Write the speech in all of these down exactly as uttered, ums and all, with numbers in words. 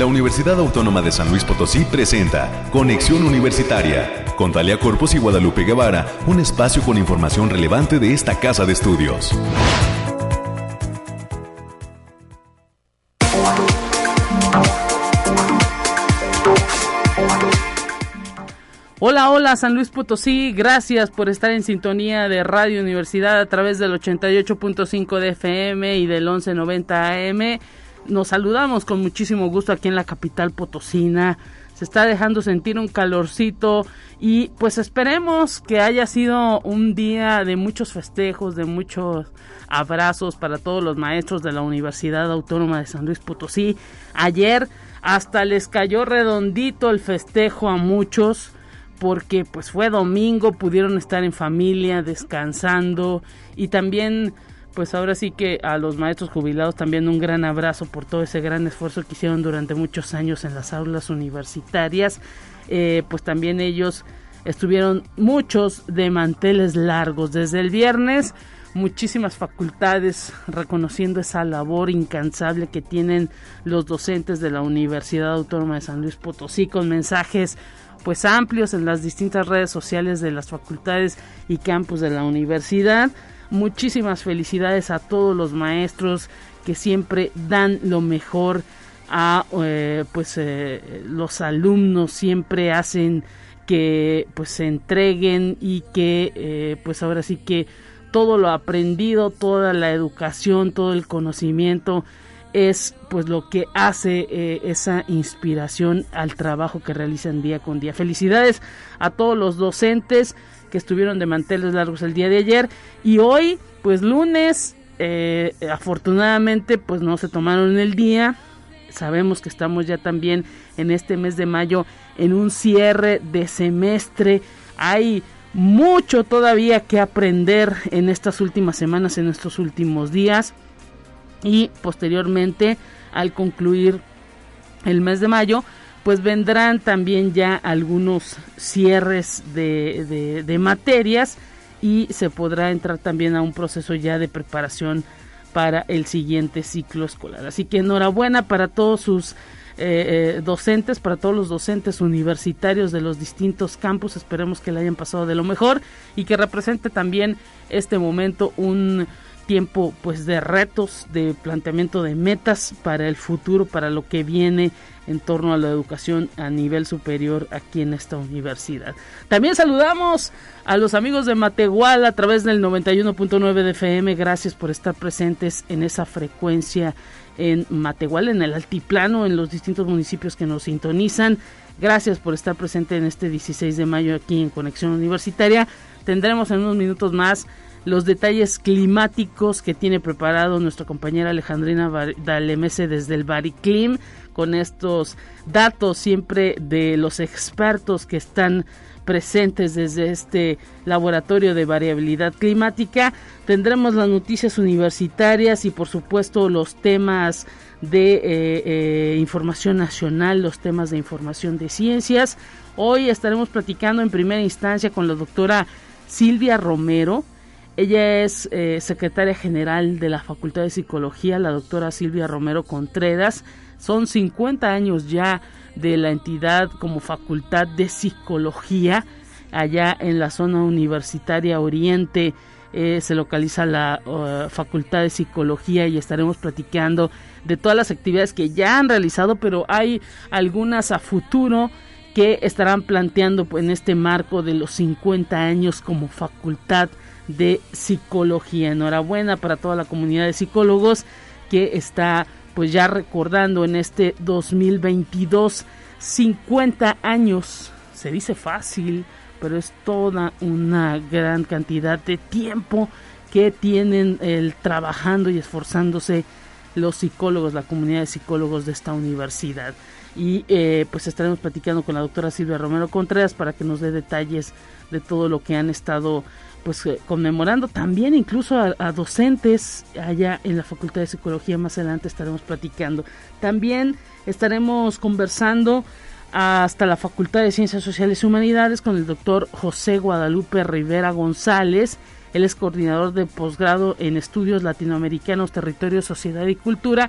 La Universidad Autónoma de San Luis Potosí presenta Conexión Universitaria con Talia Corpus y Guadalupe Guevara, un espacio con información relevante de esta casa de estudios. Hola, hola San Luis Potosí, gracias por estar en sintonía de Radio Universidad a través del ochenta y ocho punto cinco de F M y del once noventa A M. Nos saludamos con muchísimo gusto aquí en la capital potosina. Se está dejando sentir un calorcito y pues esperemos que haya sido un día de muchos festejos, de muchos abrazos para todos los maestros de la Universidad Autónoma de San Luis Potosí. Ayer hasta les cayó redondito el festejo a muchos, porque pues fue domingo, pudieron estar en familia, descansando, y también pues ahora sí que a los maestros jubilados también un gran abrazo por todo ese gran esfuerzo que hicieron durante muchos años en las aulas universitarias. Eh, pues también ellos estuvieron muchos de manteles largos desde el viernes, muchísimas facultades reconociendo esa labor incansable que tienen los docentes de la Universidad Autónoma de San Luis Potosí, con mensajes pues amplios en las distintas redes sociales de las facultades y campus de la universidad. Muchísimas felicidades a todos los maestros que siempre dan lo mejor a eh, pues eh, los alumnos, siempre hacen que pues se entreguen y que eh, pues ahora sí que todo lo aprendido, toda la educación, todo el conocimiento es pues lo que hace eh, esa inspiración al trabajo que realizan día con día. Felicidades a todos los docentes que estuvieron de manteles largos el día de ayer, y hoy pues lunes eh, afortunadamente pues no se tomaron el día. Sabemos que estamos ya también en este mes de mayo en un cierre de semestre. Hay mucho todavía que aprender en estas últimas semanas, en estos últimos días. Y posteriormente, al concluir el mes de mayo, pues vendrán también ya algunos cierres de, de, de materias, y se podrá entrar también a un proceso ya de preparación para el siguiente ciclo escolar. Así que enhorabuena para todos sus eh, eh, docentes, para todos los docentes universitarios de los distintos campus. Esperemos que le hayan pasado de lo mejor y que represente también este momento un tiempo pues de retos, de planteamiento de metas para el futuro, para lo que viene en torno a la educación a nivel superior aquí en esta universidad. También saludamos a los amigos de Matehuala a través del noventa y uno punto nueve de F M. Gracias por estar presentes en esa frecuencia en Matehuala, en el altiplano, en los distintos municipios que nos sintonizan. Gracias por estar presente en este dieciséis de mayo aquí en Conexión Universitaria. Tendremos en unos minutos más los detalles climáticos que tiene preparado nuestra compañera Alejandrina Dalemese desde el Bariclim, con estos datos siempre de los expertos que están presentes desde este laboratorio de variabilidad climática. Tendremos las noticias universitarias y por supuesto los temas de eh, eh, información nacional, los temas de información de ciencias. Hoy estaremos platicando en primera instancia con la doctora Silvia Romero. Ella es eh, secretaria general de la Facultad de Psicología, la doctora Silvia Romero Contreras. Son cincuenta años ya de la entidad como Facultad de Psicología. Allá en la zona universitaria oriente eh, se localiza la uh, Facultad de Psicología, y estaremos platicando de todas las actividades que ya han realizado, pero hay algunas a futuro que estarán planteando pues, en este marco de los cincuenta años como Facultad de Psicología. Enhorabuena para toda la comunidad de psicólogos que está pues ya recordando en este dos mil veintidós cincuenta años. Se dice fácil, pero es toda una gran cantidad de tiempo que tienen el trabajando y esforzándose los psicólogos, la comunidad de psicólogos de esta universidad. Y eh, pues estaremos platicando con la doctora Silvia Romero Contreras para que nos dé detalles de todo lo que han estado pues eh, conmemorando, también incluso a, a docentes allá en la Facultad de Psicología. Más adelante estaremos platicando. También estaremos conversando hasta la Facultad de Ciencias Sociales y Humanidades con el doctor José Guadalupe Rivera González. Él es coordinador de posgrado en Estudios Latinoamericanos, Territorio, Sociedad y Cultura.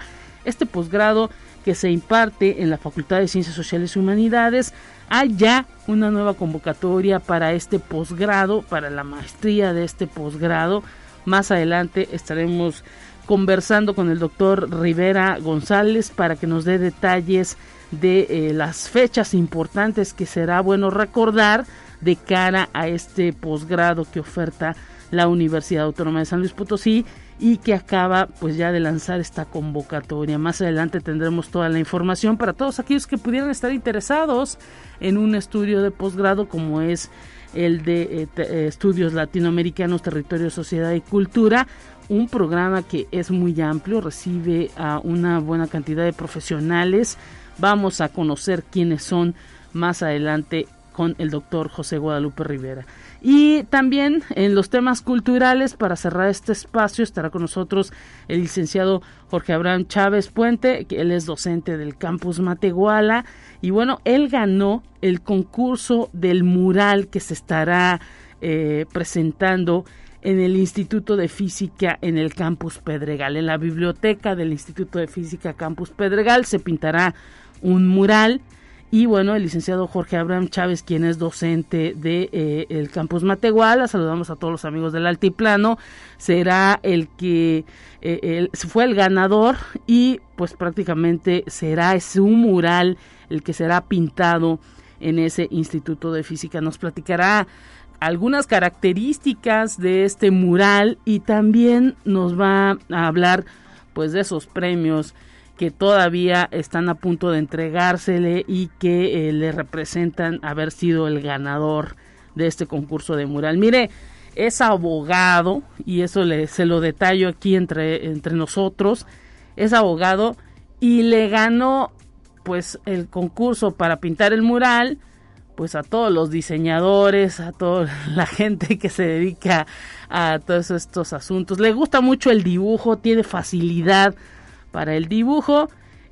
este posgrado que se imparte en la Facultad de Ciencias Sociales y Humanidades. Hay ya una nueva convocatoria para este posgrado, para la maestría de este posgrado. Más adelante estaremos conversando con el doctor Rivera González para que nos dé detalles de eh, las fechas importantes que será bueno recordar de cara a este posgrado que oferta la Universidad Autónoma de San Luis Potosí y que acaba pues ya de lanzar esta convocatoria. Más adelante tendremos toda la información para todos aquellos que pudieran estar interesados en un estudio de posgrado como es el de eh, te, eh, Estudios Latinoamericanos, Territorio, Sociedad y Cultura, un programa que es muy amplio, recibe a una buena cantidad de profesionales. Vamos a conocer quiénes son más adelante con el doctor José Guadalupe Rivera. Y también en los temas culturales, para cerrar este espacio, estará con nosotros el licenciado Jorge Abraham Chávez Puente, que él es docente del campus Matehuala, y bueno, él ganó el concurso del mural que se estará eh, presentando en el Instituto de Física en el campus Pedregal. En la biblioteca del Instituto de Física campus Pedregal se pintará un mural. Y bueno, el licenciado Jorge Abraham Chávez, quien es docente de eh, el campus Matehuala, saludamos a todos los amigos del Altiplano, será el que eh, el, fue el ganador y pues prácticamente será su mural el que será pintado en ese Instituto de Física. Nos platicará algunas características de este mural y también nos va a hablar pues de esos premios que todavía están a punto de entregársele y que eh, le representan haber sido el ganador de este concurso de mural. Mire, es abogado, y eso le, se lo detallo aquí entre, entre nosotros, es abogado y le ganó pues el concurso para pintar el mural pues a todos los diseñadores, a toda la gente que se dedica a todos estos asuntos. Le gusta mucho el dibujo, tiene facilidad para el dibujo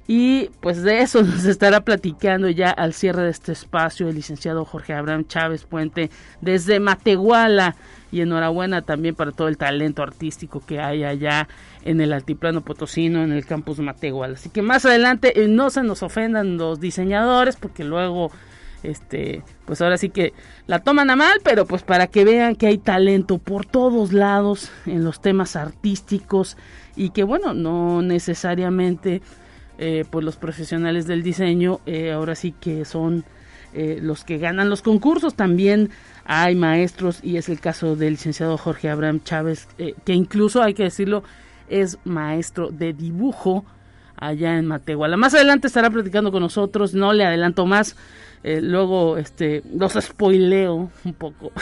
y pues de eso nos estará platicando ya al cierre de este espacio el licenciado Jorge Abraham Chávez Puente desde Matehuala, y enhorabuena también para todo el talento artístico que hay allá en el altiplano potosino, en el campus Matehuala. Así que más adelante eh, no se nos ofendan los diseñadores, porque luego este pues ahora sí que la toman a mal, pero pues para que vean que hay talento por todos lados en los temas artísticos y que bueno, no necesariamente eh, pues los profesionales del diseño eh, ahora sí que son eh, los que ganan los concursos. También hay maestros, y es el caso del licenciado Jorge Abraham Chávez, eh, que incluso hay que decirlo, es maestro de dibujo allá en Matehuala. Más adelante estará platicando con nosotros, no le adelanto más, eh, luego este los spoileo un poco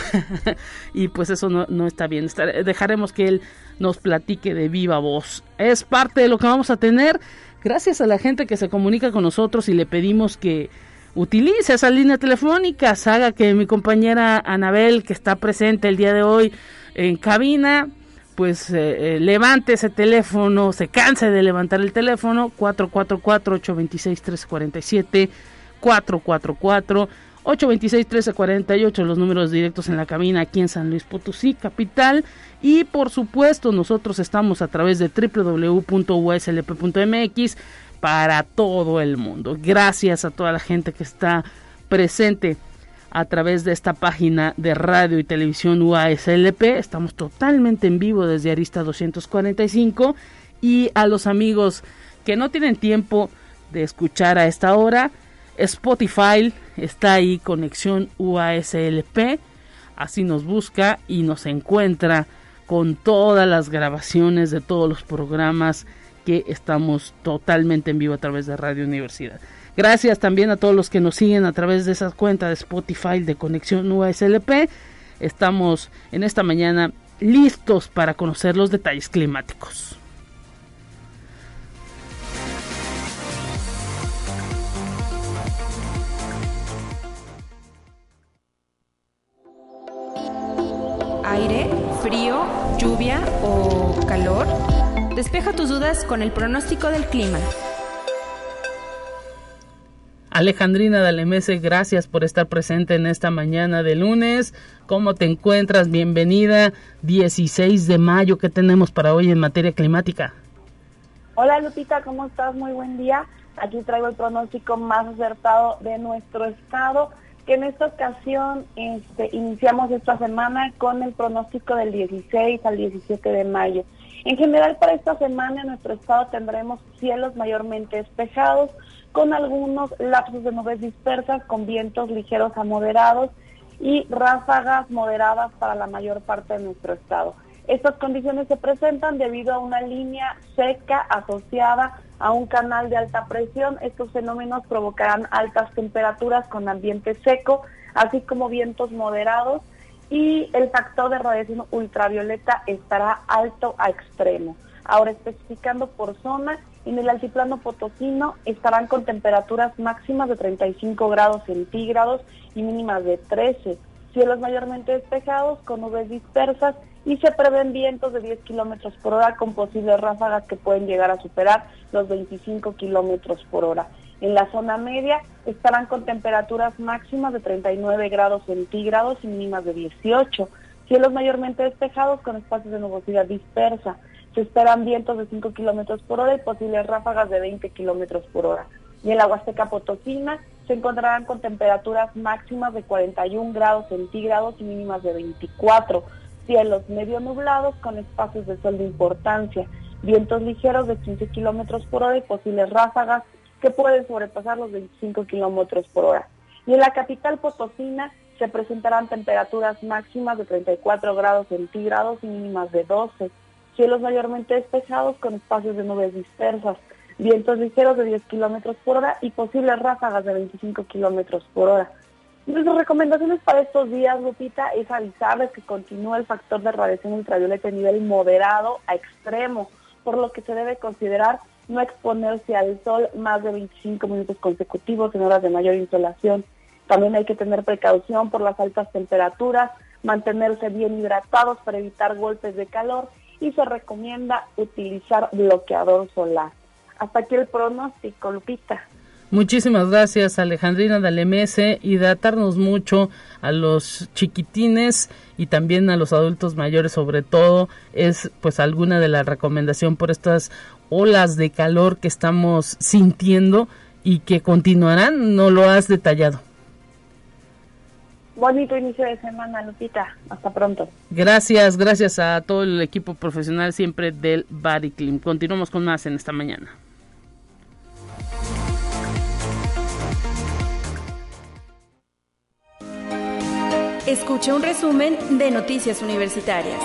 y pues eso no, no está bien. Estar, dejaremos que él nos platique de viva voz. Es parte de lo que vamos a tener, gracias a la gente que se comunica con nosotros, y le pedimos que utilice esa línea telefónica, haga que mi compañera Anabel, que está presente el día de hoy en cabina, pues eh, eh, levante ese teléfono, se canse de levantar el teléfono, cuatro cuatro cuatro, ocho dos seis, uno tres cuatro siete, cuatro cuatro cuatro, ocho dos seis, uno tres cuatro ocho, los números directos en la cabina aquí en San Luis Potosí, capital. Y por supuesto nosotros estamos a través de doble u doble u doble u punto u s l p punto m x para todo el mundo. Gracias a toda la gente que está presente a través de esta página de radio y televisión U A S L P. Estamos totalmente en vivo desde Arista doscientos cuarenta y cinco, y a los amigos que no tienen tiempo de escuchar a esta hora, Spotify está ahí, Conexión U A S L P, así nos busca y nos encuentra con todas las grabaciones de todos los programas que estamos totalmente en vivo a través de Radio Universidad. Gracias también a todos los que nos siguen a través de esa cuenta de Spotify de Conexión U A S L P. Estamos en esta mañana listos para conocer los detalles climáticos. Aire, frío, lluvia o calor. Despeja tus dudas con el pronóstico del clima. Alejandrina Dalemese, gracias por estar presente en esta mañana de lunes. ¿Cómo te encuentras? Bienvenida. dieciséis de mayo, ¿qué tenemos para hoy en materia climática? Hola Lupita, ¿cómo estás? Muy buen día. Aquí traigo el pronóstico más acertado de nuestro estado, que en esta ocasión este, iniciamos esta semana con el pronóstico del dieciséis al diecisiete de mayo. En general para esta semana en nuestro estado tendremos cielos mayormente despejados, con algunos lapsos de nubes dispersas, con vientos ligeros a moderados y ráfagas moderadas para la mayor parte de nuestro estado. Estas condiciones se presentan debido a una línea seca asociada a un canal de alta presión. Estos fenómenos provocarán altas temperaturas con ambiente seco, así como vientos moderados, y el factor de radiación ultravioleta estará alto a extremo. Ahora, especificando por zona, en el altiplano potosino estarán con temperaturas máximas de treinta y cinco grados centígrados y mínimas de trece. Cielos mayormente despejados con nubes dispersas y se prevén vientos de diez kilómetros por hora con posibles ráfagas que pueden llegar a superar los veinticinco kilómetros por hora. En la zona media estarán con temperaturas máximas de treinta y nueve grados centígrados y mínimas de dieciocho. Cielos mayormente despejados con espacios de nubosidad dispersa. Se esperan vientos de cinco kilómetros por hora y posibles ráfagas de veinte kilómetros por hora. Y en la Huasteca Potosina se encontrarán con temperaturas máximas de cuarenta y un grados centígrados y mínimas de veinticuatro. Cielos medio nublados con espacios de sol de importancia. Vientos ligeros de quince kilómetros por hora y posibles ráfagas que pueden sobrepasar los veinticinco kilómetros por hora. Y en la capital potosina se presentarán temperaturas máximas de treinta y cuatro grados centígrados y mínimas de doce. Cielos mayormente despejados con espacios de nubes dispersas. Vientos ligeros de diez kilómetros por hora y posibles ráfagas de veinticinco kilómetros por hora. Nuestras recomendaciones para estos días, Lupita, es avisarles que continúa el factor de radiación ultravioleta en nivel moderado a extremo, por lo que se debe considerar no exponerse al sol más de veinticinco minutos consecutivos en horas de mayor insolación. También hay que tener precaución por las altas temperaturas, mantenerse bien hidratados para evitar golpes de calor y se recomienda utilizar bloqueador solar. Hasta aquí el pronóstico, Lupita. Muchísimas gracias, Alejandrina Dalemese. Hidratarnos mucho a los chiquitines y también a los adultos mayores, sobre todo, es pues alguna de las recomendaciones por estas olas de calor que estamos sintiendo y que continuarán. No lo has detallado. Bonito inicio de semana, Lupita. Hasta pronto. Gracias, gracias a todo el equipo profesional siempre del Bariclim. Continuamos con más en esta mañana. Escucha un resumen de Noticias Universitarias.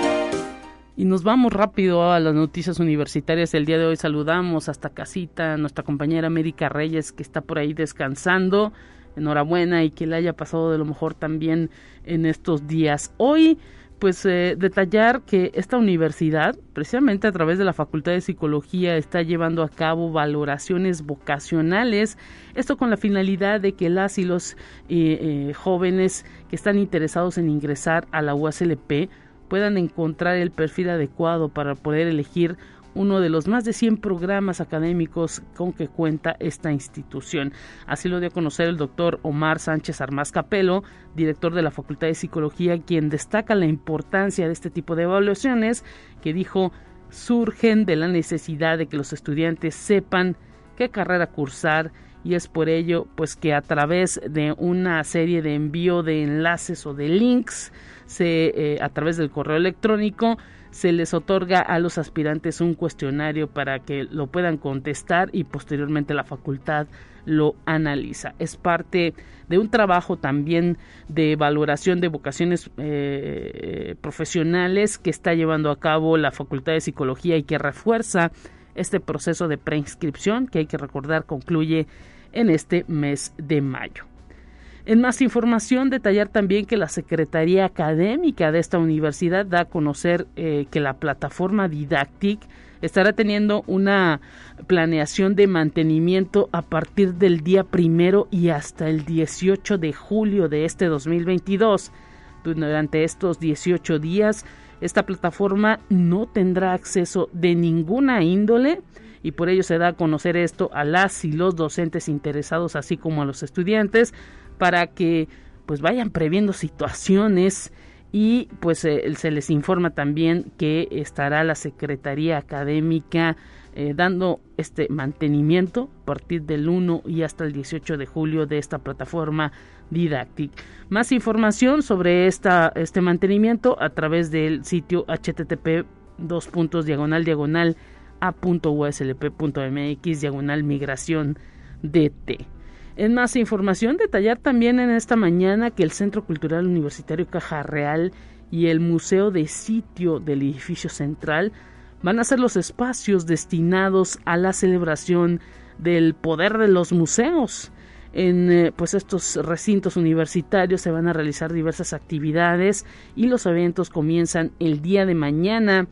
Y nos vamos rápido a las noticias universitarias. El día de hoy saludamos hasta casita a nuestra compañera América Reyes, que está por ahí descansando. Enhorabuena y que le haya pasado de lo mejor también en estos días. Hoy, pues eh, detallar que esta universidad, precisamente a través de la Facultad de Psicología, está llevando a cabo valoraciones vocacionales, esto con la finalidad de que las y los eh, eh, jóvenes que están interesados en ingresar a la U A S L P puedan encontrar el perfil adecuado para poder elegir uno de los más de cien programas académicos con que cuenta esta institución. Así lo dio a conocer el doctor Omar Sánchez Armaz Capelo, director de la Facultad de Psicología, quien destaca la importancia de este tipo de evaluaciones, que dijo surgen de la necesidad de que los estudiantes sepan qué carrera cursar, y es por ello pues que a través de una serie de envío de enlaces o de links, se eh, a través del correo electrónico, se les otorga a los aspirantes un cuestionario para que lo puedan contestar y posteriormente la facultad lo analiza. Es parte de un trabajo también de valoración de vocaciones eh, profesionales que está llevando a cabo la Facultad de Psicología y que refuerza este proceso de preinscripción que hay que recordar concluye en este mes de mayo. En más información, detallar también que la Secretaría Académica de esta universidad da a conocer eh, que la plataforma Didactic estará teniendo una planeación de mantenimiento a partir del día primero y hasta el dieciocho de julio de este dos mil veintidós. Durante estos dieciocho días, esta plataforma no tendrá acceso de ninguna índole y por ello se da a conocer esto a las y los docentes interesados, así como a los estudiantes, para que pues vayan previendo situaciones y pues eh, se les informa también que estará la Secretaría Académica eh, dando este mantenimiento a partir del uno y hasta el dieciocho de julio de esta plataforma Didactic. Más información sobre esta, este mantenimiento a través del sitio http dos puntos diagonal diagonal a punto uslp punto mx diagonal migración dt. En más información, detallar también en esta mañana que el Centro Cultural Universitario Caja Real y el Museo de Sitio del Edificio Central van a ser los espacios destinados a la celebración del poder de los museos. En eh, pues estos recintos universitarios se van a realizar diversas actividades y los eventos comienzan el día de mañana,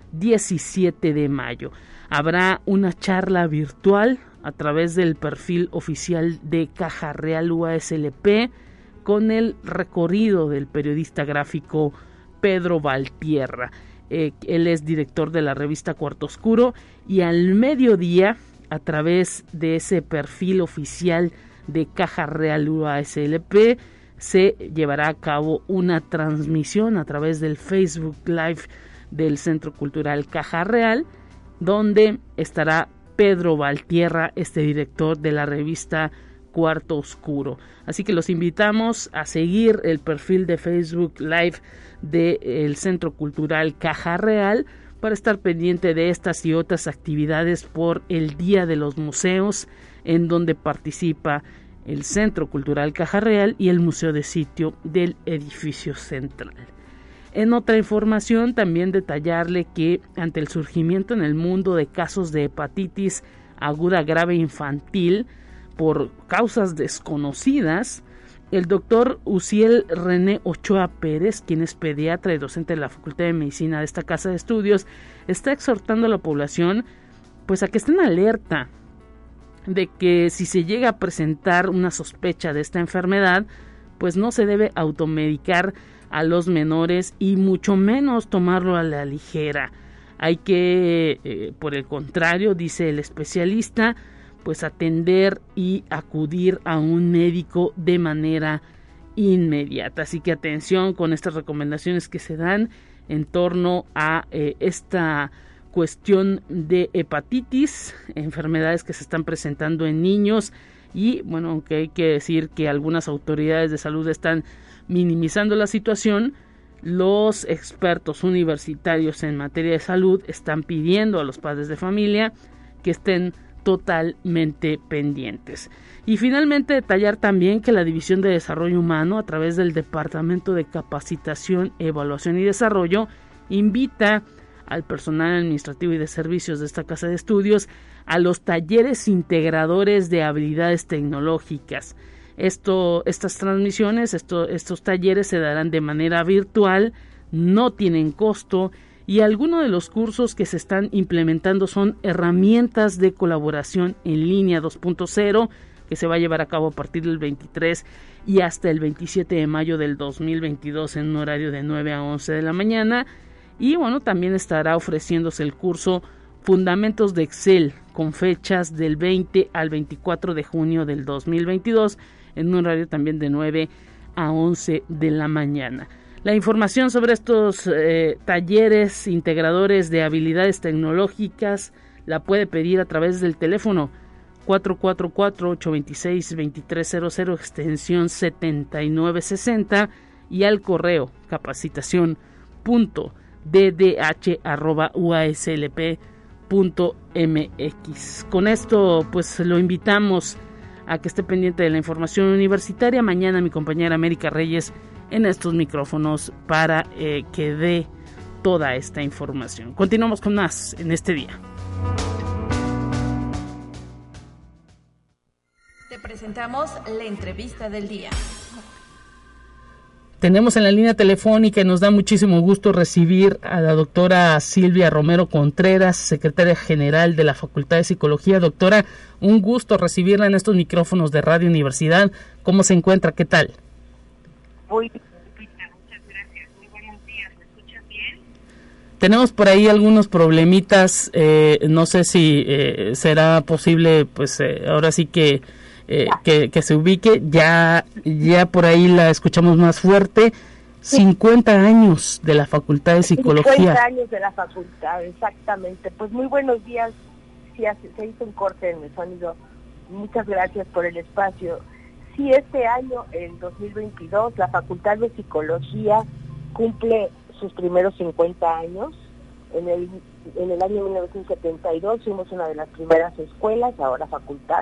diecisiete de mayo. Habrá una charla virtual a través del perfil oficial de Caja Real U A S L P con el recorrido del periodista gráfico Pedro Valtierra. Eh, él es director de la revista Cuarto Oscuro, y al mediodía, a través de ese perfil oficial de Caja Real U A S L P, se llevará a cabo una transmisión a través del Facebook Live del Centro Cultural Caja Real, donde estará Pedro Valtierra, este director de la revista Cuarto Oscuro. Así que los invitamos a seguir el perfil de Facebook Live del Centro Cultural Caja Real para estar pendiente de estas y otras actividades por el Día de los Museos, en donde participa el Centro Cultural Caja Real y el Museo de Sitio del Edificio Central. En otra información, también detallarle que ante el surgimiento en el mundo de casos de hepatitis aguda grave infantil por causas desconocidas, el doctor Uciel René Ochoa Pérez, quien es pediatra y docente de la Facultad de Medicina de esta casa de estudios, está exhortando a la población pues a que estén alerta de que si se llega a presentar una sospecha de esta enfermedad, pues no se debe automedicar a los menores y mucho menos tomarlo a la ligera. Hay que, eh, por el contrario, dice el especialista, pues atender y acudir a un médico de manera inmediata. Así que atención con estas recomendaciones que se dan en torno a eh, esta cuestión de hepatitis, enfermedades que se están presentando en niños. Y bueno, aunque hay que decir que algunas autoridades de salud están minimizando la situación, los expertos universitarios en materia de salud están pidiendo a los padres de familia que estén totalmente pendientes. Y finalmente detallar también que la División de Desarrollo Humano, a través del Departamento de Capacitación, Evaluación y Desarrollo, invita al personal administrativo y de servicios de esta casa de estudios a los talleres integradores de habilidades tecnológicas. Esto, estas transmisiones, esto, estos talleres se darán de manera virtual, no tienen costo, y algunos de los cursos que se están implementando son herramientas de colaboración en línea dos punto cero, que se va a llevar a cabo a partir del veintitrés y hasta el veintisiete de mayo del dos mil veintidós en un horario de nueve a once de la mañana. Y bueno, también estará ofreciéndose el curso Fundamentos de Excel con fechas del veinte al veinticuatro de junio del dos mil veintidós en un horario también de nueve a once de la mañana. La información sobre estos eh, talleres integradores de habilidades tecnológicas la puede pedir a través del teléfono cuatro cuatro cuatro, ocho dos seis, dos tres cero cero extensión setenta y nueve sesenta y al correo capacitación punto d d h arroba u a s l p punto m x. Con esto pues lo invitamos a que esté pendiente de la información universitaria. Mañana mi compañera América Reyes en estos micrófonos para eh, que dé toda esta información. Continuamos con más en este día. Te presentamos la entrevista del día. Tenemos en la línea telefónica y nos da muchísimo gusto recibir a la doctora Silvia Romero Contreras, secretaria general de la Facultad de Psicología. Doctora, un gusto recibirla en estos micrófonos de Radio Universidad. ¿Cómo se encuentra? ¿Qué tal? Muy bien, muchas gracias. Muy buenos días. ¿Me escuchas bien? Tenemos por ahí algunos problemitas. Eh, no sé si eh, será posible, pues eh, ahora sí que... Eh, que, que se ubique, ya, ya por ahí la escuchamos más fuerte. cincuenta años de la Facultad de Psicología. cincuenta años de la facultad, exactamente. Pues muy buenos días gracias, se hizo un corte en el sonido. Muchas gracias por el espacio. Sí, este año, en dos mil veintidós, la Facultad de Psicología cumple sus primeros cincuenta años. En el, en el año mil novecientos setenta y dos fuimos una de las primeras escuelas, ahora facultad,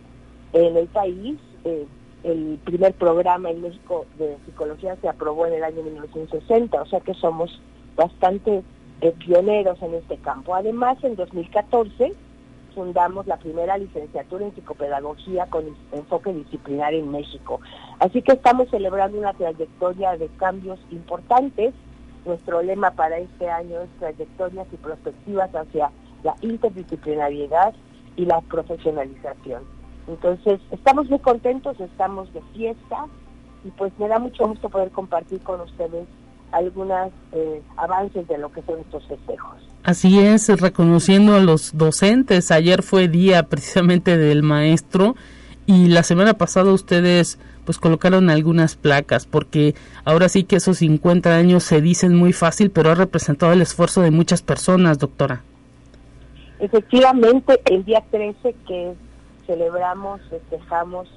en el país. Eh, el primer programa en México de psicología se aprobó en el año mil novecientos sesenta, o sea que somos bastante eh, pioneros en este campo. Además, en dos mil catorce fundamos la primera licenciatura en psicopedagogía con enfoque disciplinar en México. Así que estamos celebrando una trayectoria de cambios importantes. Nuestro lema para este año es trayectorias y perspectivas hacia la interdisciplinariedad y la profesionalización. Entonces, estamos muy contentos, estamos de fiesta y pues me da mucho gusto poder compartir con ustedes algunos eh, avances de lo que son estos festejos. Así es, reconociendo a los docentes. Ayer fue día precisamente del maestro y la semana pasada ustedes pues colocaron algunas placas, porque ahora sí que esos cincuenta años se dicen muy fácil, pero ha representado el esfuerzo de muchas personas, doctora. Efectivamente, el día trece que celebramos, festejamos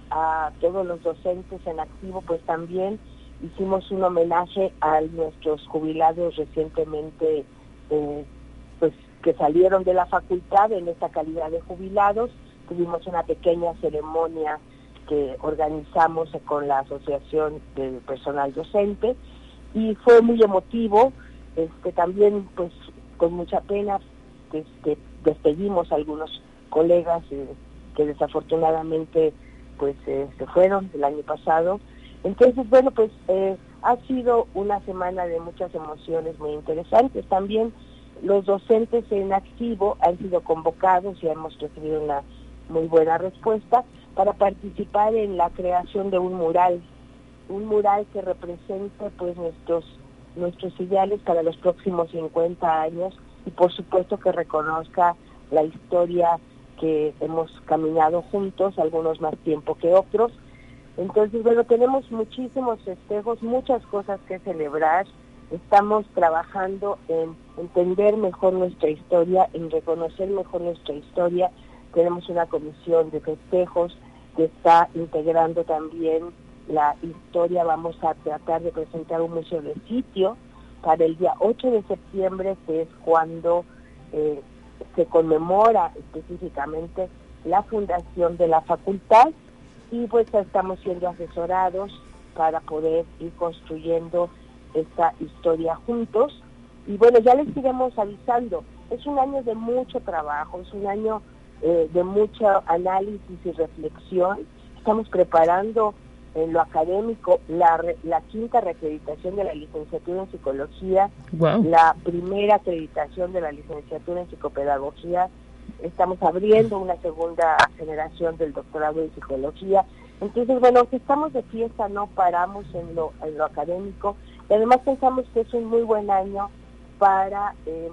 a todos los docentes en activo, pues también hicimos un homenaje a nuestros jubilados recientemente, eh, pues que salieron de la facultad en esta calidad de jubilados. Tuvimos una pequeña ceremonia que organizamos con la Asociación de Personal Docente y fue muy emotivo. Este, también pues con mucha pena este, despedimos a algunos colegas eh, que desafortunadamente pues eh, se fueron el año pasado. Entonces, bueno, pues eh, ha sido una semana de muchas emociones muy interesantes. También los docentes en activo han sido convocados y hemos recibido una muy buena respuesta para participar en la creación de un mural, un mural que represente pues nuestros nuestros ideales para los próximos cincuenta años y por supuesto que reconozca la historia que hemos caminado juntos, algunos más tiempo que otros. Entonces, bueno, tenemos muchísimos festejos, muchas cosas que celebrar. Estamos trabajando en entender mejor nuestra historia, en reconocer mejor nuestra historia. Tenemos una comisión de festejos que está integrando también la historia. Vamos a tratar de presentar un museo de sitio para el día ocho de septiembre, que es cuando eh, se conmemora específicamente la fundación de la facultad. Y pues estamos siendo asesorados para poder ir construyendo esta historia juntos. Y bueno, ya les iremos avisando. Es un año de mucho trabajo, es un año eh, de mucho análisis y reflexión. Estamos preparando en lo académico la, la quinta reacreditación de la licenciatura en psicología, wow. La primera acreditación de la licenciatura en psicopedagogía. Estamos abriendo una segunda generación del doctorado en psicología. Entonces, bueno, aunque estamos de fiesta, no paramos en lo, en lo académico. Y además pensamos que es un muy buen año para eh,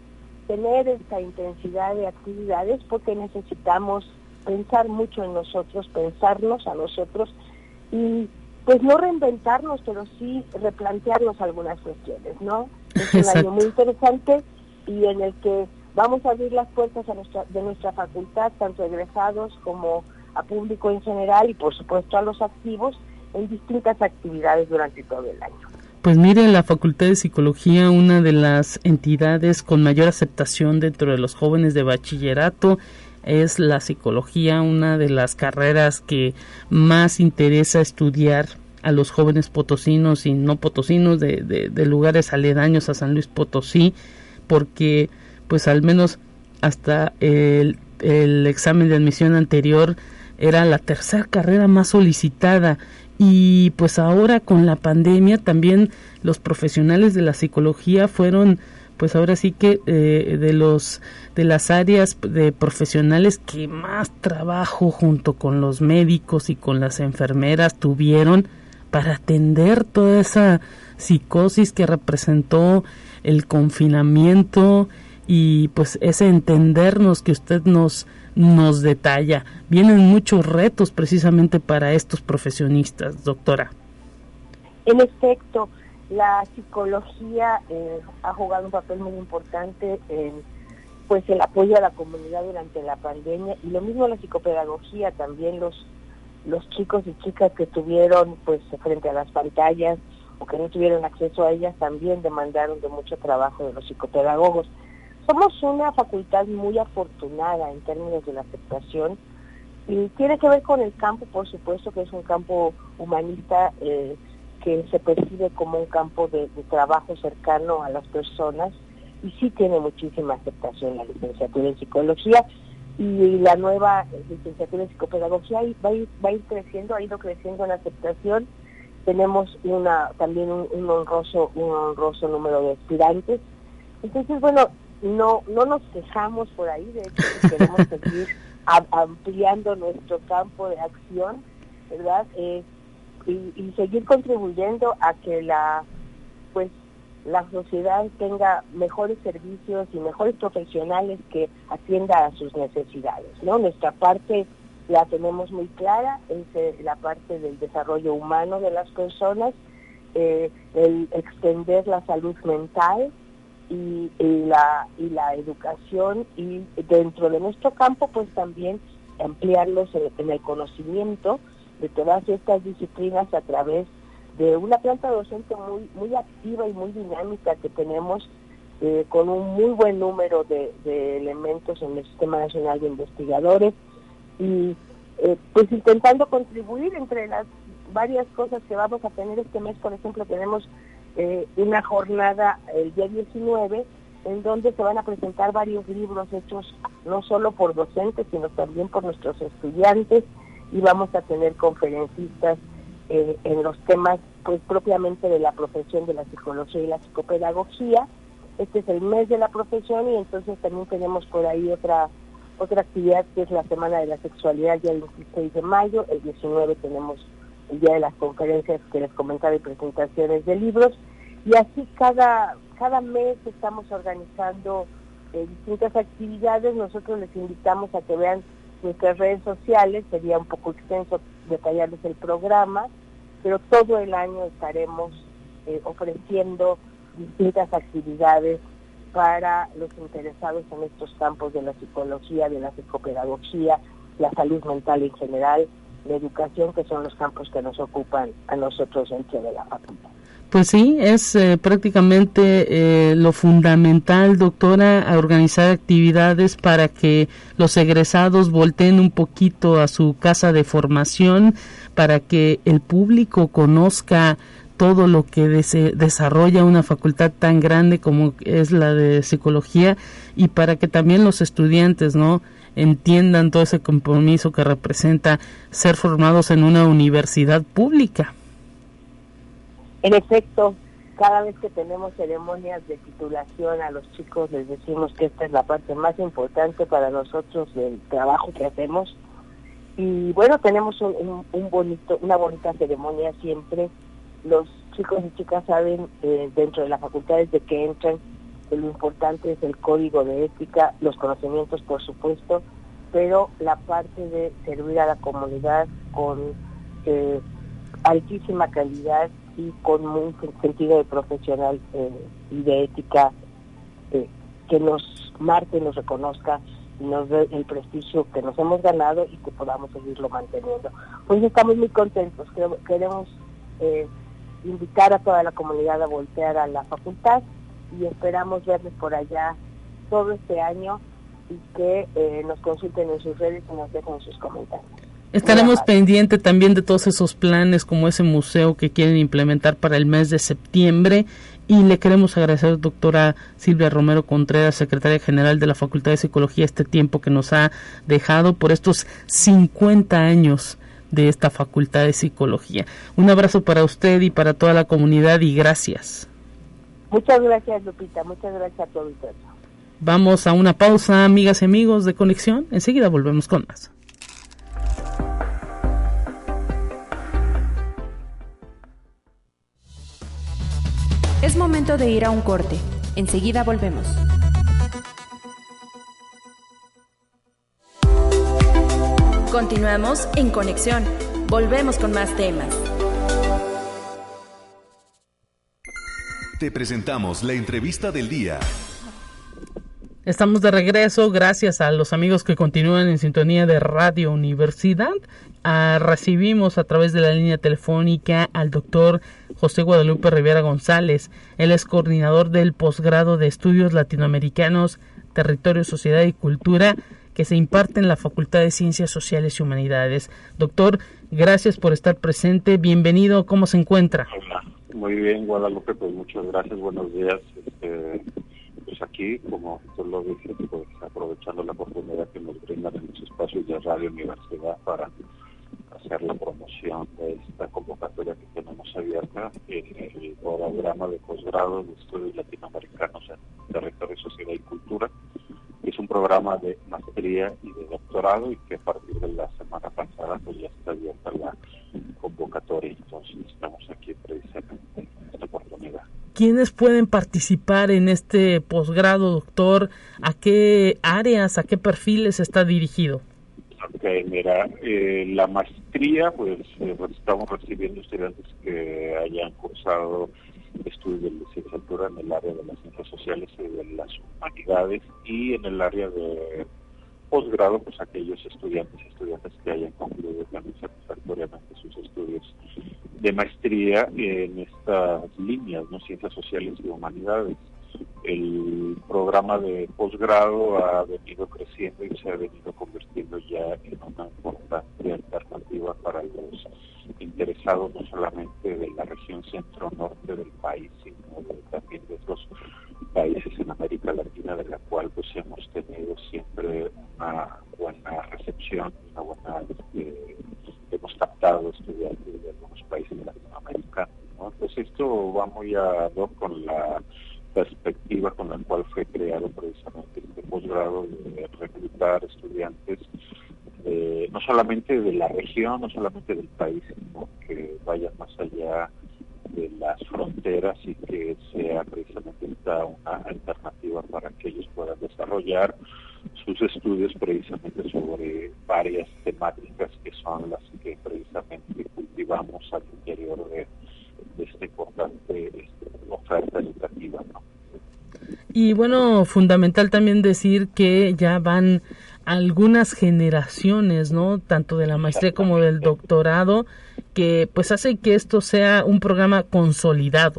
tener esta intensidad de actividades, porque necesitamos pensar mucho en nosotros, pensarnos a nosotros y pues no reinventarnos, pero sí replantearnos algunas cuestiones, ¿no? Es un Exacto. año muy interesante y en el que vamos a abrir las puertas a nuestra, de nuestra facultad, tanto egresados como a público en general y por supuesto a los activos en distintas actividades durante todo el año. Pues mire, la Facultad de Psicología, una de las entidades con mayor aceptación dentro de los jóvenes de bachillerato, es la psicología, una de las carreras que más interesa estudiar a los jóvenes potosinos y no potosinos de, de, de lugares aledaños a San Luis Potosí, porque pues al menos hasta el, el examen de admisión anterior era la tercera carrera más solicitada y pues ahora con la pandemia también los profesionales de la psicología fueron pues ahora sí que eh, de los de las áreas de profesionales que más trabajo junto con los médicos y con las enfermeras tuvieron para atender toda esa psicosis que representó el confinamiento y pues ese entendernos que usted nos nos detalla. Vienen muchos retos precisamente para estos profesionistas, doctora. En efecto, la psicología eh, ha jugado un papel muy importante en pues el apoyo a la comunidad durante la pandemia, y lo mismo la psicopedagogía, también los los chicos y chicas que estuvieron pues frente a las pantallas o que no tuvieron acceso a ellas también demandaron de mucho trabajo de los psicopedagogos. Somos una facultad muy afortunada en términos de la aceptación, y tiene que ver con el campo, por supuesto, que es un campo humanista eh, que se percibe como un campo de, de trabajo cercano a las personas, y sí tiene muchísima aceptación la licenciatura en psicología, y la nueva licenciatura en psicopedagogía va a ir, va a ir creciendo, ha ido creciendo en aceptación. Tenemos una también un, un honroso un honroso número de aspirantes. Entonces, bueno, no no nos quejamos por ahí, de hecho queremos seguir a, ampliando nuestro campo de acción, ¿verdad? Eh, y, y seguir contribuyendo a que la pues la sociedad tenga mejores servicios y mejores profesionales que atienda a sus necesidades, ¿no? Nuestra parte la tenemos muy clara, es eh, la parte del desarrollo humano de las personas, eh, el extender la salud mental y, y la y la educación, y dentro de nuestro campo pues también ampliarlos en, en el conocimiento de todas estas disciplinas a través de una planta docente muy muy activa y muy dinámica que tenemos, eh, con un muy buen número de, de elementos en el Sistema Nacional de Investigadores, y eh, pues intentando contribuir entre las varias cosas que vamos a tener este mes. Por ejemplo, tenemos eh, una jornada el día diecinueve en donde se van a presentar varios libros hechos no solo por docentes, sino también por nuestros estudiantes, y vamos a tener conferencistas Eh, en los temas pues propiamente de la profesión de la psicología y la psicopedagogía. Este es el mes de la profesión, y entonces también tenemos por ahí otra otra actividad que es la Semana de la Sexualidad, el día veintiséis de mayo. El diecinueve tenemos el día de las conferencias que les comentaba y presentaciones de libros, y así cada cada mes estamos organizando eh, distintas actividades. Nosotros les invitamos a que vean nuestras redes sociales, sería un poco extenso detallarles el programa, pero todo el año estaremos eh, ofreciendo distintas actividades para los interesados en estos campos de la psicología, de la psicopedagogía, la salud mental en general, la educación, que son los campos que nos ocupan a nosotros dentro de la facultad. Pues sí, es eh, prácticamente eh, lo fundamental, doctora, a organizar actividades para que los egresados volteen un poquito a su casa de formación, para que el público conozca todo lo que des- desarrolla una facultad tan grande como es la de psicología, y para que también los estudiantes, ¿no?, entiendan todo ese compromiso que representa ser formados en una universidad pública. En efecto, cada vez que tenemos ceremonias de titulación a los chicos les decimos que esta es la parte más importante para nosotros del trabajo que hacemos. Y bueno, tenemos un, un, un bonito, una bonita ceremonia siempre. Los chicos y chicas saben eh, dentro de la facultad desde que entran que lo importante es el código de ética, los conocimientos por supuesto, pero la parte de servir a la comunidad con eh, altísima calidad y con un sentido de profesional eh, y de ética eh, que nos marque, nos reconozca y nos dé el prestigio que nos hemos ganado y que podamos seguirlo manteniendo. Pues estamos muy contentos, queremos eh, invitar a toda la comunidad a voltear a la facultad, y esperamos verles por allá todo este año, y que eh, nos consulten en sus redes y nos dejen sus comentarios. Estaremos pendientes también de todos esos planes, como ese museo que quieren implementar para el mes de septiembre, y le queremos agradecer, doctora Silvia Romero Contreras, secretaria general de la Facultad de Psicología, este tiempo que nos ha dejado por estos cincuenta años de esta Facultad de Psicología. Un abrazo para usted y para toda la comunidad, y gracias. Muchas gracias, Lupita, muchas gracias a todos. Vamos a una pausa, amigas y amigos de Conexión, enseguida volvemos con más. Es momento de ir a un corte. Enseguida volvemos. Continuamos en Conexión. Volvemos con más temas. Te presentamos la entrevista del día. Estamos de regreso, gracias a los amigos que continúan en sintonía de Radio Universidad. Ah, recibimos a través de la línea telefónica al doctor José Guadalupe Rivera González. Él es coordinador del posgrado de Estudios Latinoamericanos, Territorio, Sociedad y Cultura, que se imparte en la Facultad de Ciencias Sociales y Humanidades. Doctor, gracias por estar presente. Bienvenido, ¿cómo se encuentra? Hola, muy bien, Guadalupe, pues muchas gracias, buenos días. Este, pues aquí, como tú lo dices, pues aprovechando la oportunidad que nos brindan en los espacios de Radio Universidad para hacer la promoción de esta convocatoria que tenemos abierta en el programa de posgrado de Estudios Latinoamericanos en Territorio, Sociedad y Cultura. Es un programa de maestría y de doctorado y que a partir de la semana pasada pues ya está abierta la convocatoria. Entonces estamos aquí precisamente en esta oportunidad. ¿Quiénes pueden participar en este posgrado, doctor? ¿A qué áreas, a qué perfiles está dirigido? Ok, mira, eh, la maestría, pues eh, estamos recibiendo estudiantes que hayan cursado estudios de licenciatura en el área de las ciencias sociales y de las humanidades, y en el área de posgrado, pues aquellos estudiantes y estudiantes que hayan concluido también satisfactoriamente sus estudios de maestría en estas líneas, ¿no? Ciencias sociales y humanidades. El programa de posgrado ha venido creciendo y se ha venido convirtiendo ya en una importante alternativa para los interesados no solamente de la región centro-norte del país, sino de, también de otros países en América Latina, de la cual pues hemos tenido siempre una buena recepción, una buena eh, hemos captado estudiantes de algunos países latinoamericanos, ¿no? Entonces esto va muy ad hoc con la perspectiva con la cual fue creado precisamente este posgrado, de reclutar estudiantes de, no solamente de la región, no solamente del país, sino que vayan más allá de las fronteras y que sea precisamente esta una alternativa para que ellos puedan desarrollar sus estudios precisamente sobre varias temáticas que son las que precisamente cultivamos al interior de, de esta importante este, oferta educativa, ¿no? Y bueno, fundamental también decir que ya van algunas generaciones, ¿no? Tanto de la maestría como del doctorado, que pues hace que esto sea un programa consolidado.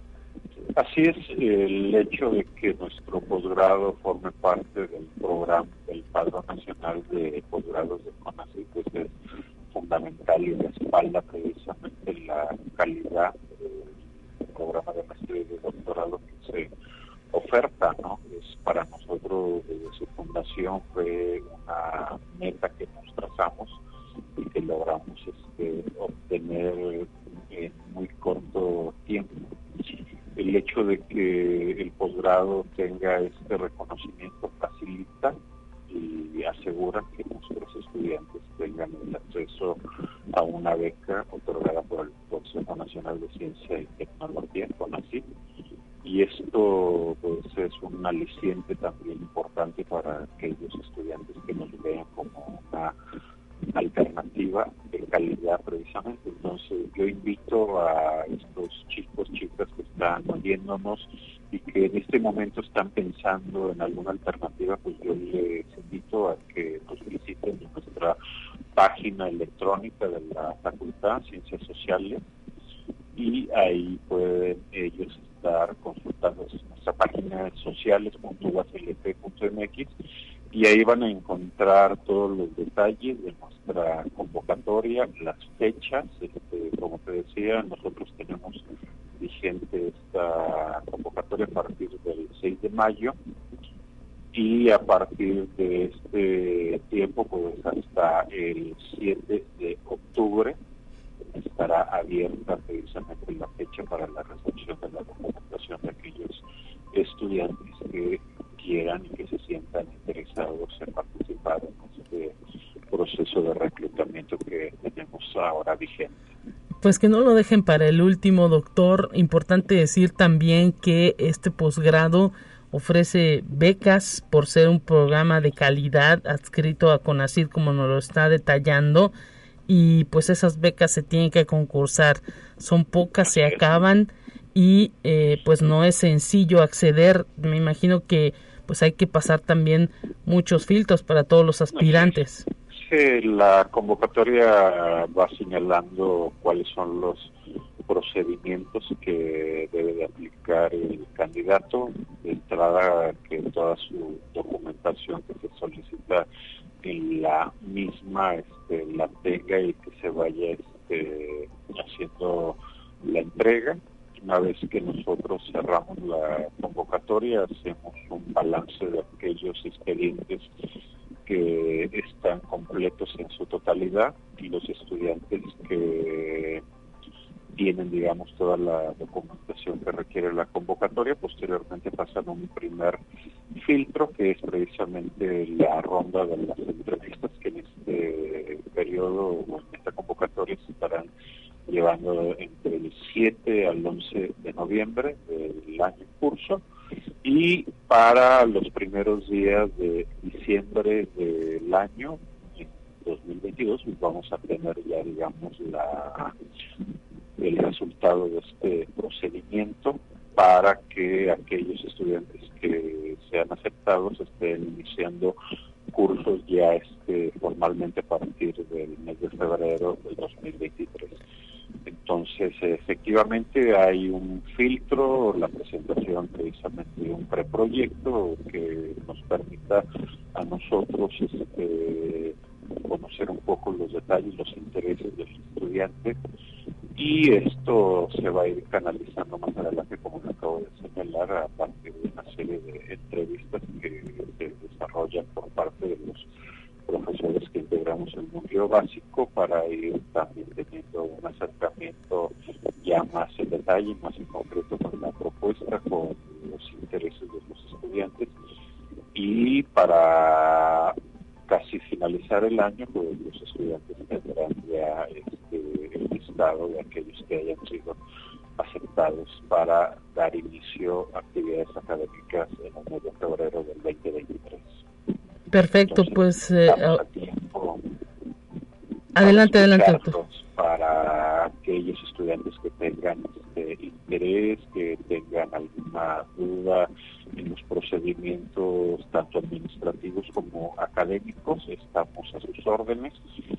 Así es, el hecho de que nuestro posgrado forme parte del programa del Padrón Nacional de Posgrados de CONACYT, pues es fundamental y respalda precisamente la calidad del programa de maestría y de doctorado que se oferta, ¿no? Es para nosotros desde su fundación fue una meta que nos trazamos y que logramos este, obtener en muy corto tiempo. El hecho de que el posgrado tenga este reconocimiento facilita y asegura que nuestros estudiantes tengan el acceso a una beca otorgada por el Consejo Nacional de Ciencia y Tecnología, CONACYT, y esto pues es un aliciente también importante para aquellos estudiantes que nos vean como una alternativa de calidad precisamente. Entonces yo invito a estos chicos, chicas que están oyéndonos y que en este momento están pensando en alguna alternativa, pues yo les invito a que nos visiten en nuestra página electrónica de la Facultad de Ciencias Sociales, y ahí pueden ellos estar consultando nuestra página sociales punto u a c l p punto m x, y ahí van a encontrar todos los detalles de nuestra convocatoria, las fechas. Este, como te decía, nosotros tenemos vigente esta convocatoria a partir del seis de mayo, y a partir de este tiempo pues hasta el siete de octubre estará abierta precisamente la fecha para la recepción de la documentación de aquellos estudiantes que quieran y que se sientan interesados en participar en este proceso de reclutamiento que tenemos ahora vigente. Pues que no lo dejen para el último, doctor. Importante decir también que este posgrado ofrece becas por ser un programa de calidad adscrito a CONACYT, como nos lo está detallando, y pues esas becas se tienen que concursar, son pocas, se acaban, y eh, pues no es sencillo acceder. Me imagino que pues hay que pasar también muchos filtros para todos los aspirantes. Sí, la convocatoria va señalando cuáles son los procedimientos que debe de aplicar el candidato. De entrada, que toda su documentación que se solicita en la misma este, la tenga y que se vaya este, haciendo la entrega. Una vez que nosotros cerramos la convocatoria, hacemos un balance de aquellos expedientes que están completos en su totalidad y los estudiantes que tienen, digamos, toda la documentación que requiere la convocatoria. Posteriormente pasan un primer filtro, que es precisamente la ronda de las entrevistas que en este periodo o en esta convocatoria se estarán llevando entre el siete al once de noviembre del año en curso, y para los primeros días de diciembre del año en dos mil veintidós pues vamos a tener ya, digamos, la el resultado de este procedimiento para que aquellos estudiantes que sean aceptados estén iniciando cursos ya este formalmente a partir del mes de febrero del dos mil veintitrés. Entonces, efectivamente hay un filtro, la presentación precisamente de un preproyecto que nos permita a nosotros este, conocer un poco los detalles, los intereses del estudiante, y esto se va a ir canalizando más adelante, como le acabo de señalar, a partir de una serie de entrevistas que se desarrollan por parte de los profesores que integramos el núcleo básico, para ir también teniendo un acercamiento ya más en detalle, más en concreto con la propuesta, con los intereses de los estudiantes, y para casi finalizar el año, pues los estudiantes tendrán ya este, el listado de aquellos que hayan sido aceptados para dar inicio a actividades académicas en el mes de febrero del veinte veintitrés. Perfecto. Entonces, pues eh, estamos a tiempo adelante, adelante, doctor. Para aquellos estudiantes que tengan este interés, que tengan alguna duda en los procedimientos tanto administrativos como académicos, estamos a sus órdenes.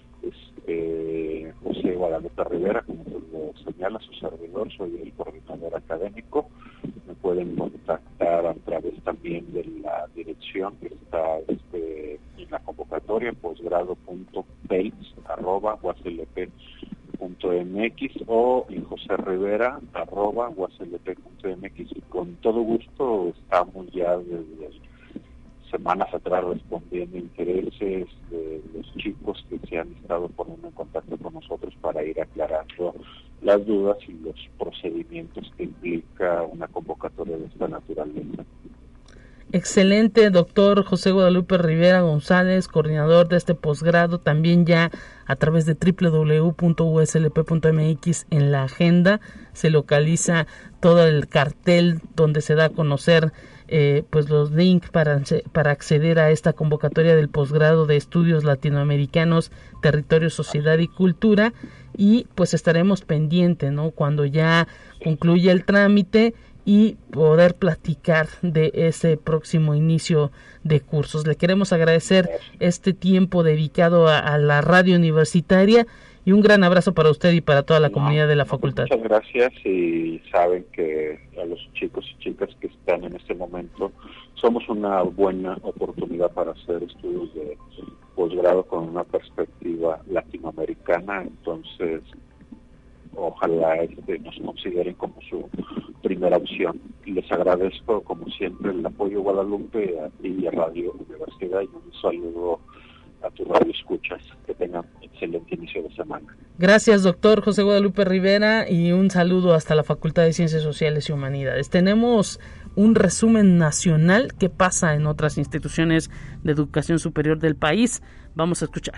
Este, José Guadalupe Rivera, como lo señala su servidor, soy el coordinador académico. Me pueden contactar a través también de la dirección que está este, en la convocatoria, posgrado punto pelts arroba guaslp punto mx o en José Rivera arroba guaslp punto mx. Con todo gusto estamos ya desde semanas atrás respondiendo intereses de los chicos que se han estado poniendo en contacto con nosotros para ir aclarando las dudas y los procedimientos que implica una convocatoria de esta naturaleza. Excelente, doctor José Guadalupe Rivera González, coordinador de este posgrado, también ya a través de doble u doble u doble u punto u s l p punto m x en la agenda se localiza todo el cartel donde se da a conocer eh, pues los links para, para acceder a esta convocatoria del posgrado de estudios latinoamericanos, territorio, sociedad y cultura, y pues estaremos pendientes, ¿no?, cuando ya concluya el trámite y poder platicar de ese próximo inicio de cursos. Le queremos agradecer este tiempo dedicado a, a la radio universitaria, y un gran abrazo para usted y para toda la no, comunidad de la facultad. Muchas gracias, y saben que a los chicos y chicas que están en este momento somos una buena oportunidad para hacer estudios de posgrado con una perspectiva latinoamericana. Entonces ojalá este, nos consideren como su primera opción. Y les agradezco, como siempre, el apoyo, Guadalupe, a ti y a Radio Universidad, y un saludo a tu radio escuchas. Que tengan excelente inicio de semana. Gracias, doctor José Guadalupe Rivera, y un saludo hasta la Facultad de Ciencias Sociales y Humanidades. Tenemos un resumen nacional que pasa en otras instituciones de educación superior del país. Vamos a escuchar.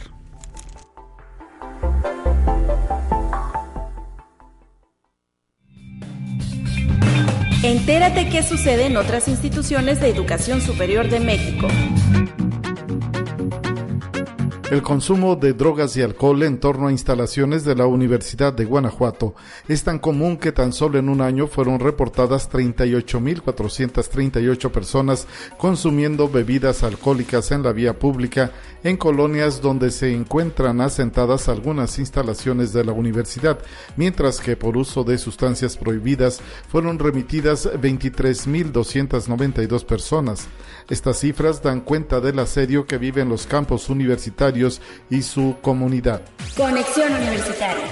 Entérate qué sucede en otras instituciones de educación superior de México. El consumo de drogas y alcohol en torno a instalaciones de la Universidad de Guanajuato es tan común que tan solo en un año fueron reportadas treinta y ocho mil cuatrocientas treinta y ocho personas consumiendo bebidas alcohólicas en la vía pública en colonias donde se encuentran asentadas algunas instalaciones de la universidad, mientras que por uso de sustancias prohibidas fueron remitidas veintitrés mil doscientas noventa y dos personas. Estas cifras dan cuenta del asedio que viven los campus universitarios y su comunidad. Conexión Universitaria.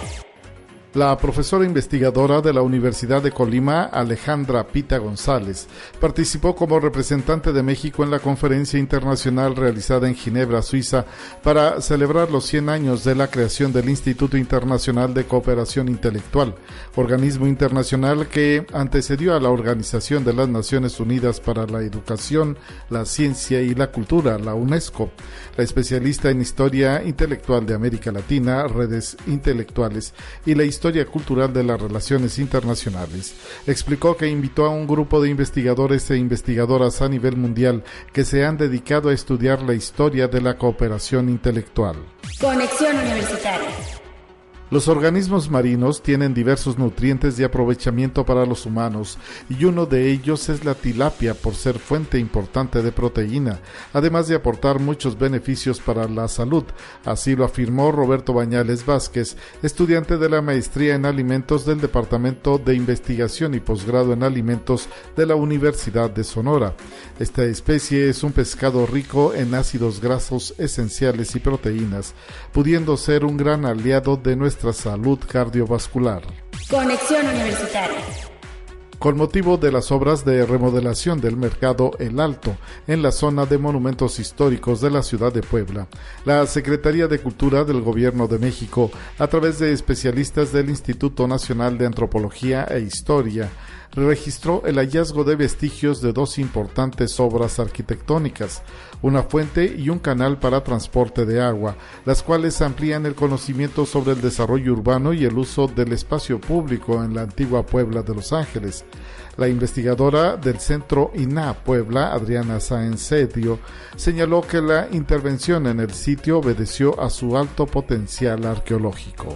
La profesora investigadora de la Universidad de Colima, Alejandra Pita González, participó como representante de México en la conferencia internacional realizada en Ginebra, Suiza, para celebrar los cien años de la creación del Instituto Internacional de Cooperación Intelectual, organismo internacional que antecedió a la Organización de las Naciones Unidas para la Educación, la Ciencia y la Cultura, la UNESCO. La especialista en Historia Intelectual de América Latina, Redes Intelectuales y la Historia Cultural de las Relaciones Internacionales, explicó que invitó a un grupo de investigadores e investigadoras a nivel mundial que se han dedicado a estudiar la historia de la cooperación intelectual. Conexión Universitaria. Los organismos marinos tienen diversos nutrientes de aprovechamiento para los humanos y uno de ellos es la tilapia por ser fuente importante de proteína, además de aportar muchos beneficios para la salud. Así lo afirmó Roberto Bañales Vázquez, estudiante de la maestría en alimentos del Departamento de Investigación y Posgrado en Alimentos de la Universidad de Sonora. Esta especie es un pescado rico en ácidos grasos esenciales y proteínas, pudiendo ser un gran aliado de nuestra salud cardiovascular. Conexión Universitaria. Con motivo de las obras de remodelación del mercado El Alto en la zona de monumentos históricos de la ciudad de Puebla, la Secretaría de Cultura del Gobierno de México, a través de especialistas del Instituto Nacional de Antropología e Historia, registró el hallazgo de vestigios de dos importantes obras arquitectónicas, una fuente y un canal para transporte de agua, las cuales amplían el conocimiento sobre el desarrollo urbano y el uso del espacio público en la antigua Puebla de Los Ángeles. La investigadora del Centro I N A Puebla, Adriana Sáenz Cedio, señaló que la intervención en el sitio obedeció a su alto potencial arqueológico.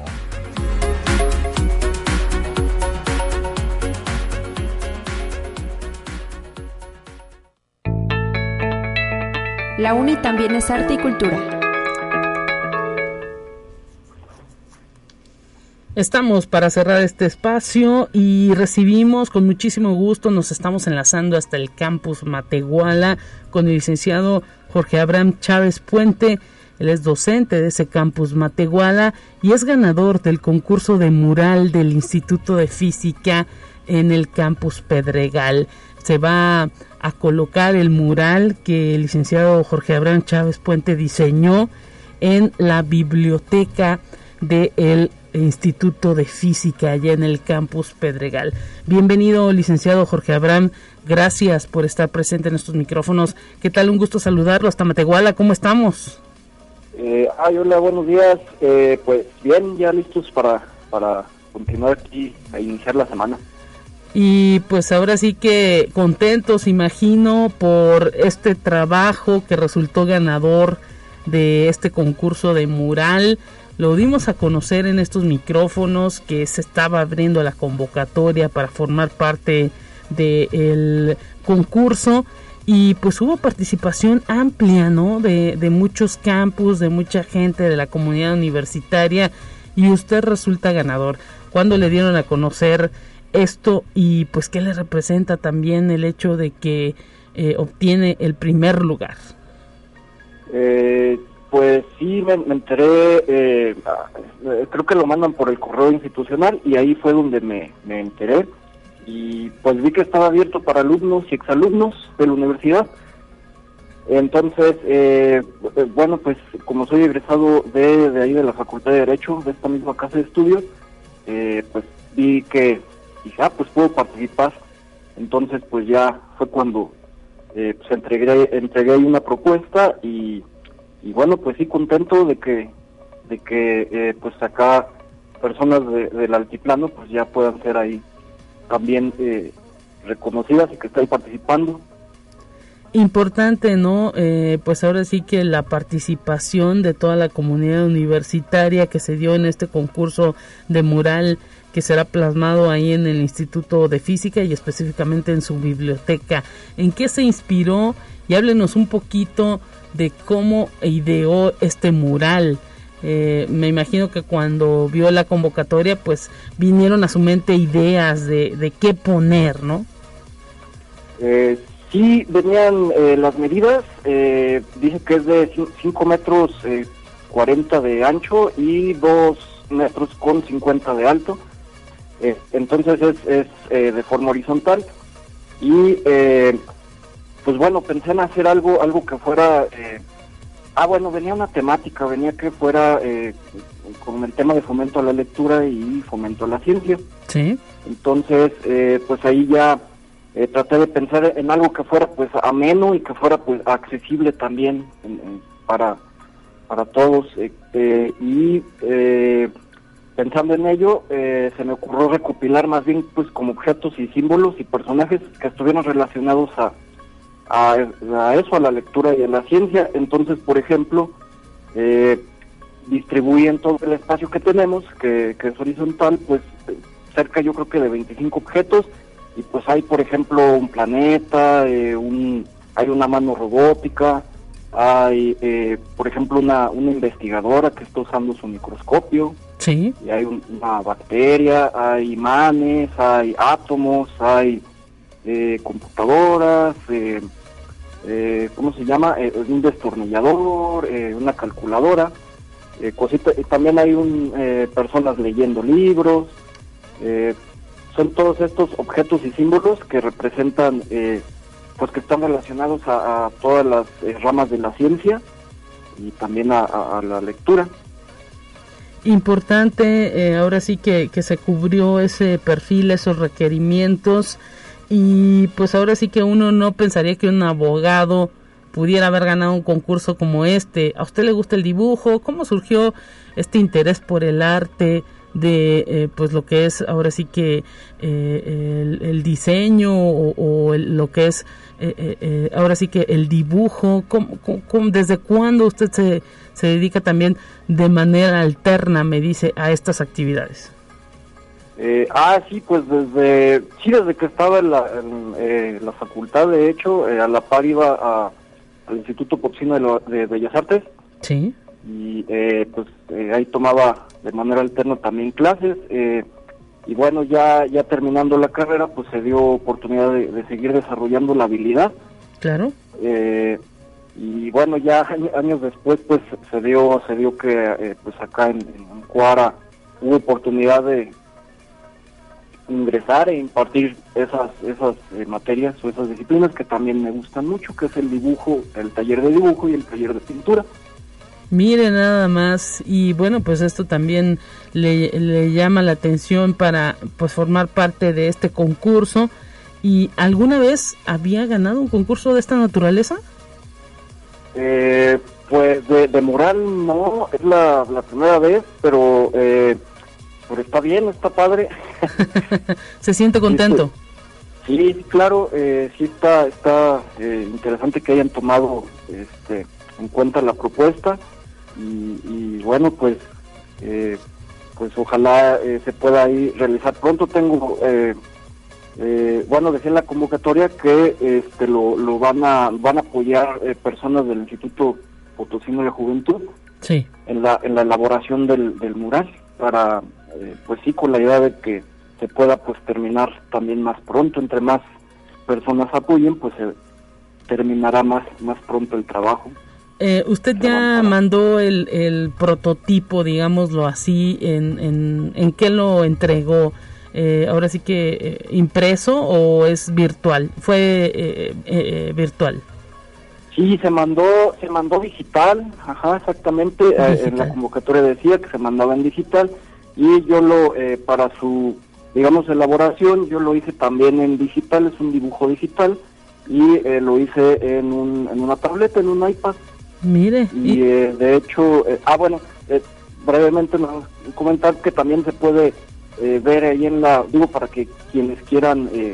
La UNI también es arte y cultura. Estamos para cerrar este espacio y recibimos con muchísimo gusto, nos estamos enlazando hasta el campus Matehuala con el licenciado Jorge Abraham Chávez Puente. Él es docente de ese campus Matehuala y es ganador del concurso de mural del Instituto de Física en el campus Pedregal. Se va a colocar el mural que el licenciado Jorge Abraham Chávez Puente diseñó en la biblioteca del Instituto de Física allá en el campus Pedregal. Bienvenido, licenciado Jorge Abraham, gracias por estar presente en estos micrófonos. ¿Qué tal? Un gusto saludarlo hasta Matehuala, ¿cómo estamos? Eh, ay, hola, buenos días. Eh, pues bien, ya listos para, para continuar aquí a iniciar la semana. Y pues ahora sí que contentos, imagino, por este trabajo que resultó ganador de este concurso de mural. Lo dimos a conocer en estos micrófonos que se estaba abriendo la convocatoria para formar parte del concurso y pues hubo participación amplia, ¿no? De, de muchos campus, de mucha gente de la comunidad universitaria y usted resulta ganador. ¿Cuándo le dieron a conocer esto y pues qué le representa también el hecho de que eh, obtiene el primer lugar? Eh, pues sí, me, me enteré, eh, creo que lo mandan por el correo institucional y ahí fue donde me, me enteré y pues vi que estaba abierto para alumnos y exalumnos de la universidad. Entonces, eh, bueno, pues como soy egresado de, de ahí de la Facultad de Derecho, de esta misma casa de estudios, eh, pues vi que dije, ah, pues puedo participar. Entonces, pues ya fue cuando eh, pues entregué, entregué ahí una propuesta y, y bueno, pues sí, contento de que de que eh, pues acá personas de, del altiplano pues ya puedan ser ahí también eh, reconocidas y que estén participando. Importante, ¿no? Eh, pues ahora sí que la participación de toda la comunidad universitaria que se dio en este concurso de mural que será plasmado ahí en el Instituto de Física y específicamente en su biblioteca. ¿En qué se inspiró? Y háblenos un poquito de cómo ideó este mural. Eh, me imagino que cuando vio la convocatoria, pues vinieron a su mente ideas de, de qué poner, ¿no? Eh, sí, venían eh, las medidas, eh, dice que es de cinco metros eh, cuarenta de ancho y dos metros con cincuenta de alto. Eh, entonces es, es eh, de forma horizontal y eh, pues bueno, pensé en hacer algo algo que fuera eh, ah bueno, venía una temática, venía que fuera eh, con el tema de fomento a la lectura y fomento a la ciencia. Sí. Entonces eh, pues ahí ya eh, traté de pensar en algo que fuera pues ameno y que fuera pues accesible también en, en, para para todos eh, eh, y eh, pensando en ello, eh, se me ocurrió recopilar más bien pues como objetos y símbolos y personajes que estuvieran relacionados a, a, a eso, a la lectura y a la ciencia. Entonces, por ejemplo, eh, distribuí en todo el espacio que tenemos, que, que es horizontal, pues cerca yo creo que de veinticinco objetos, y pues hay por ejemplo un planeta, eh, un, hay una mano robótica, hay eh, por ejemplo una, una investigadora que está usando su microscopio. Sí. Y hay un, una bacteria, hay imanes, hay átomos, hay eh, computadoras, eh, eh, ¿cómo se llama? Eh, un destornillador, eh, una calculadora, eh, cosita, y también hay un, eh, personas leyendo libros. Eh, son todos estos objetos y símbolos que representan, eh, pues que están relacionados a, a todas las eh, ramas de la ciencia y también a, a, a la lectura. Importante, eh, ahora sí que, que se cubrió ese perfil, esos requerimientos, y pues ahora sí que uno no pensaría que un abogado pudiera haber ganado un concurso como este. ¿A usted le gusta el dibujo? ¿Cómo surgió este interés por el arte de eh, pues lo que es ahora sí que eh, el, el diseño o, o el, lo que es eh, eh, ahora sí que el dibujo? ¿Cómo, cómo, desde cuándo usted se, se dedica también de manera alterna, me dice, a estas actividades? Eh, ah, sí, pues desde sí desde que estaba en la, en, eh, la facultad, de hecho, eh, a la par iba a, al Instituto Potosino de, lo, de Bellas Artes. Sí. Y eh, pues eh, ahí tomaba de manera alterna también clases. Eh, y bueno, ya ya terminando la carrera, pues se dio oportunidad de, de seguir desarrollando la habilidad. Claro. Eh, y bueno, ya años después, pues se dio se dio que eh, pues acá en, en Cuara hubo oportunidad de ingresar e impartir esas esas eh, materias o esas disciplinas que también me gustan mucho, que es el dibujo, el taller de dibujo y el taller de pintura. Mire nada más, y bueno, pues esto también le, le llama la atención para pues formar parte de este concurso. ¿Y alguna vez había ganado un concurso de esta naturaleza? Eh, pues de, de mural no, es la, la primera vez, pero eh, pero está bien, está padre. ¿Se siente contento? Sí, sí, claro, eh, sí está está eh, interesante que hayan tomado este en cuenta la propuesta y, y bueno, pues eh, pues ojalá eh, se pueda ahí realizar pronto. Tengo eh, eh, bueno, decía en la convocatoria que este lo, lo van a van a apoyar eh, personas del Instituto Potosino de Juventud. Sí. en la en la elaboración del, del mural para eh, pues sí, con la idea de que se pueda pues terminar también más pronto. Entre más personas apoyen, pues se terminará más más pronto el trabajo. Eh, usted ya mandó el, el prototipo, digámoslo así, en, en, ¿en qué lo entregó? Eh, ahora sí que eh, impreso o es virtual. Fue eh, eh, virtual. Sí, se mandó, se mandó digital, ajá, exactamente. Digital. Eh, en la convocatoria decía que se mandaba en digital y yo lo eh, para su, digamos, elaboración, yo lo hice también en digital. Es un dibujo digital y eh, lo hice en un, en una tableta, en un iPad. Mire. Y eh, de hecho, eh, ah bueno, eh, brevemente no, comentar que también se puede eh, ver ahí en la, digo para que quienes quieran eh,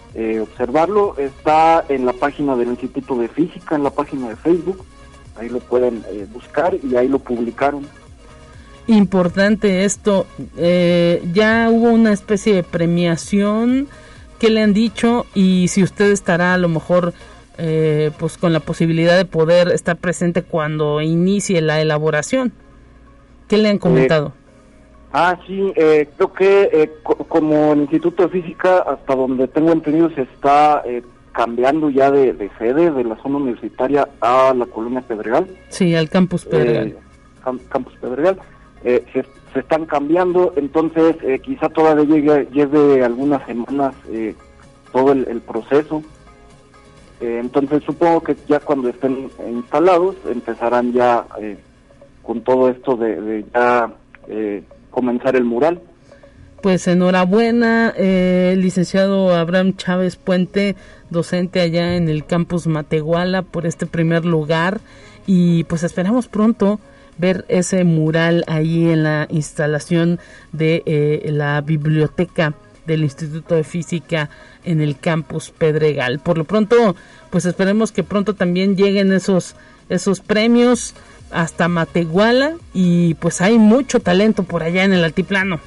eh, observarlo. Está en la página del Instituto de Física, en la página de Facebook, ahí lo pueden eh, buscar y ahí lo publicaron. Importante esto, eh, ya hubo una especie de premiación, ¿qué le han dicho? Y si usted estará a lo mejor eh, pues con la posibilidad de poder estar presente cuando inicie la elaboración, ¿qué le han comentado? Eh, ah, sí, eh, creo que eh, co- como el Instituto de Física, hasta donde tengo entendido, se está eh, cambiando ya de, de sede de la zona universitaria a la Colonia Pedregal. Sí, al Campus Pedregal. Eh, cam- Campus Pedregal. Eh, se, se están cambiando, entonces eh, quizá todavía llegue, lleve algunas semanas eh, todo el, el proceso. Eh, entonces supongo que ya cuando estén instalados empezarán ya eh, con todo esto de, de ya eh, comenzar el mural. Pues enhorabuena, eh, licenciado Abraham Chávez Puente, docente allá en el Campus Matehuala, por este primer lugar, y pues esperamos pronto ver ese mural ahí en la instalación de eh, la biblioteca del Instituto de Física en el Campus Pedregal. Por lo pronto, pues esperemos que pronto también lleguen esos esos premios hasta Matehuala, y pues hay mucho talento por allá en el altiplano.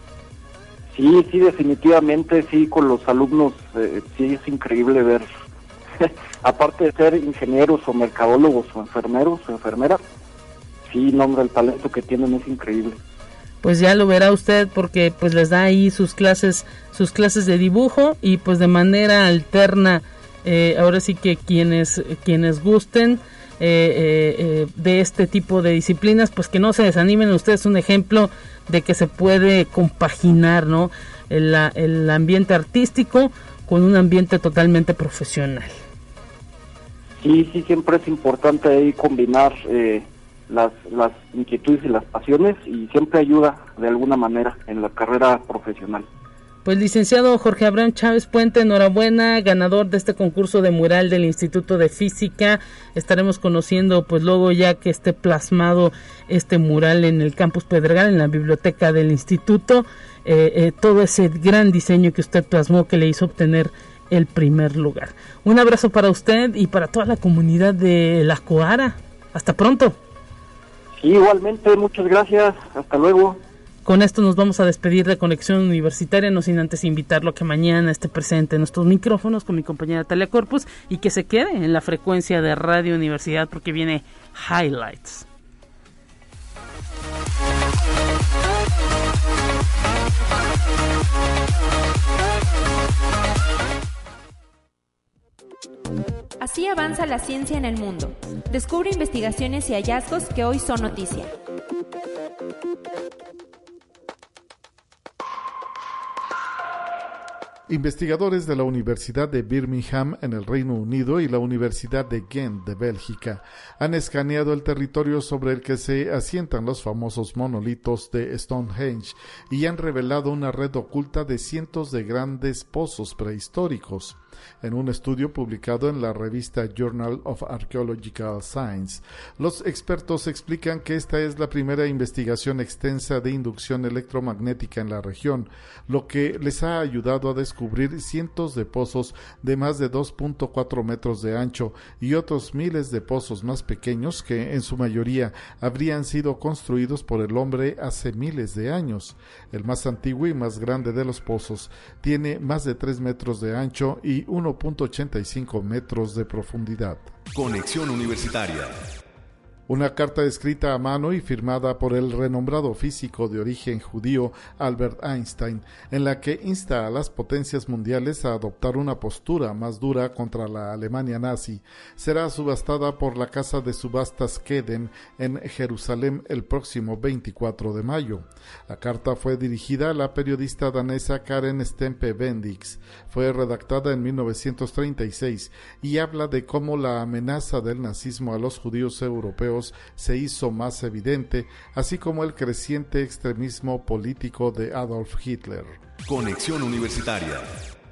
Sí, sí, definitivamente, sí, con los alumnos, eh, sí, es increíble ver, aparte de ser ingenieros o mercadólogos o enfermeros o enfermeras, sí, no, hombre, el talento que tienen es increíble. Pues ya lo verá usted, porque pues les da ahí sus clases, sus clases de dibujo, y pues de manera alterna, eh, ahora sí que quienes, quienes gusten eh, eh, eh, de este tipo de disciplinas, pues que no se desanimen. Usted es un ejemplo de que se puede compaginar, ¿no?, el, el ambiente artístico con un ambiente totalmente profesional. Sí, sí, siempre es importante ahí combinar eh, las, las inquietudes y las pasiones, y siempre ayuda de alguna manera en la carrera profesional. Pues licenciado Jorge Abraham Chávez Puente, enhorabuena, ganador de este concurso de mural del Instituto de Física. Estaremos conociendo pues luego ya que esté plasmado este mural en el Campus Pedregal, en la biblioteca del instituto, eh, eh, todo ese gran diseño que usted plasmó que le hizo obtener el primer lugar. Un abrazo para usted y para toda la comunidad de La Coara. Hasta pronto. Sí, igualmente, muchas gracias, hasta luego. Con esto nos vamos a despedir de Conexión Universitaria, no sin antes invitarlo a que mañana esté presente en nuestros micrófonos con mi compañera Talia Corpus, y que se quede en la frecuencia de Radio Universidad, porque viene Highlights. Así avanza la ciencia en el mundo. Descubre investigaciones y hallazgos que hoy son noticia. Investigadores de la Universidad de Birmingham en el Reino Unido y la Universidad de Ghent de Bélgica han escaneado el territorio sobre el que se asientan los famosos monolitos de Stonehenge y han revelado una red oculta de cientos de grandes pozos prehistóricos. En un estudio publicado en la revista Journal of Archaeological Science, los expertos explican que esta es la primera investigación extensa de inducción electromagnética en la región, lo que les ha ayudado a descubrir cientos de pozos de más de dos punto cuatro metros de ancho y otros miles de pozos más pequeños que en su mayoría habrían sido construidos por el hombre hace miles de años. El más antiguo y más grande de los pozos tiene más de tres metros de ancho y uno punto ochenta y cinco metros de profundidad. Conexión Universitaria. Una carta escrita a mano y firmada por el renombrado físico de origen judío Albert Einstein, en la que insta a las potencias mundiales a adoptar una postura más dura contra la Alemania nazi, será subastada por la casa de subastas Kedem en Jerusalén el próximo veinticuatro de mayo. La carta fue dirigida a la periodista danesa Karen Stempe Bendix. Fue redactada en mil novecientos treinta y seis y habla de cómo la amenaza del nazismo a los judíos europeos se hizo más evidente, así como el creciente extremismo político de Adolf Hitler. Conexión Universitaria.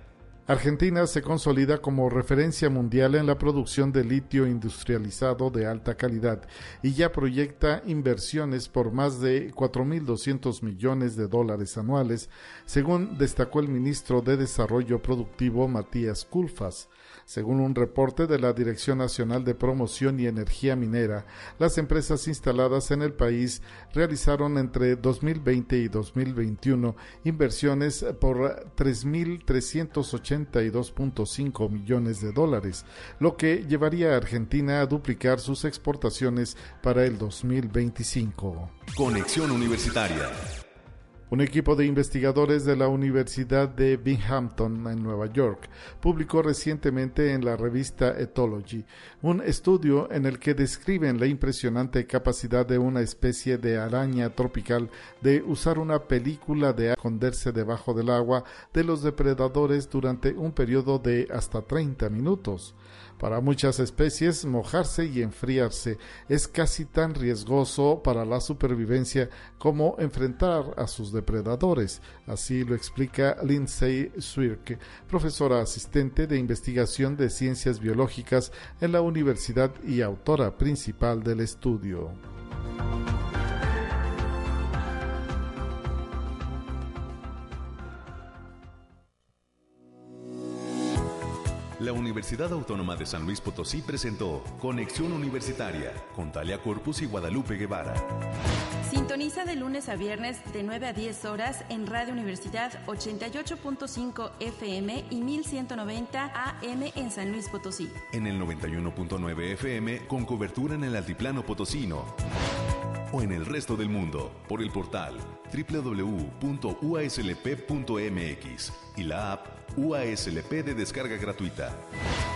Argentina se consolida como referencia mundial en la producción de litio industrializado de alta calidad y ya proyecta inversiones por más de cuatro mil doscientos millones de dólares anuales, según destacó el ministro de Desarrollo Productivo Matías Culfas. Según un reporte de la Dirección Nacional de Promoción y Energía Minera, las empresas instaladas en el país realizaron entre dos mil veinte y dos mil veintiuno inversiones por tres mil trescientos ochenta y dos punto cinco millones de dólares, lo que llevaría a Argentina a duplicar sus exportaciones para el dos mil veinticinco. Conexión Universitaria. Un equipo de investigadores de la Universidad de Binghamton en Nueva York publicó recientemente en la revista Ethology un estudio en el que describen la impresionante capacidad de una especie de araña tropical de usar una película de esconderse debajo del agua de los depredadores durante un periodo de hasta treinta minutos. Para muchas especies, mojarse y enfriarse es casi tan riesgoso para la supervivencia como enfrentar a sus depredadores. Así lo explica Lindsay Swirk, profesora asistente de investigación de ciencias biológicas en la universidad y autora principal del estudio. La Universidad Autónoma de San Luis Potosí presentó Conexión Universitaria con Talia Corpus y Guadalupe Guevara. Sintoniza de lunes a viernes de nueve a diez horas en Radio Universidad ochenta y ocho punto cinco F M y mil ciento noventa A M en San Luis Potosí. En el noventa y uno punto nueve F M con cobertura en el altiplano potosino. O en el resto del mundo por el portal doble u doble u doble u punto u a s l p punto m x y la app U A S L P de descarga gratuita.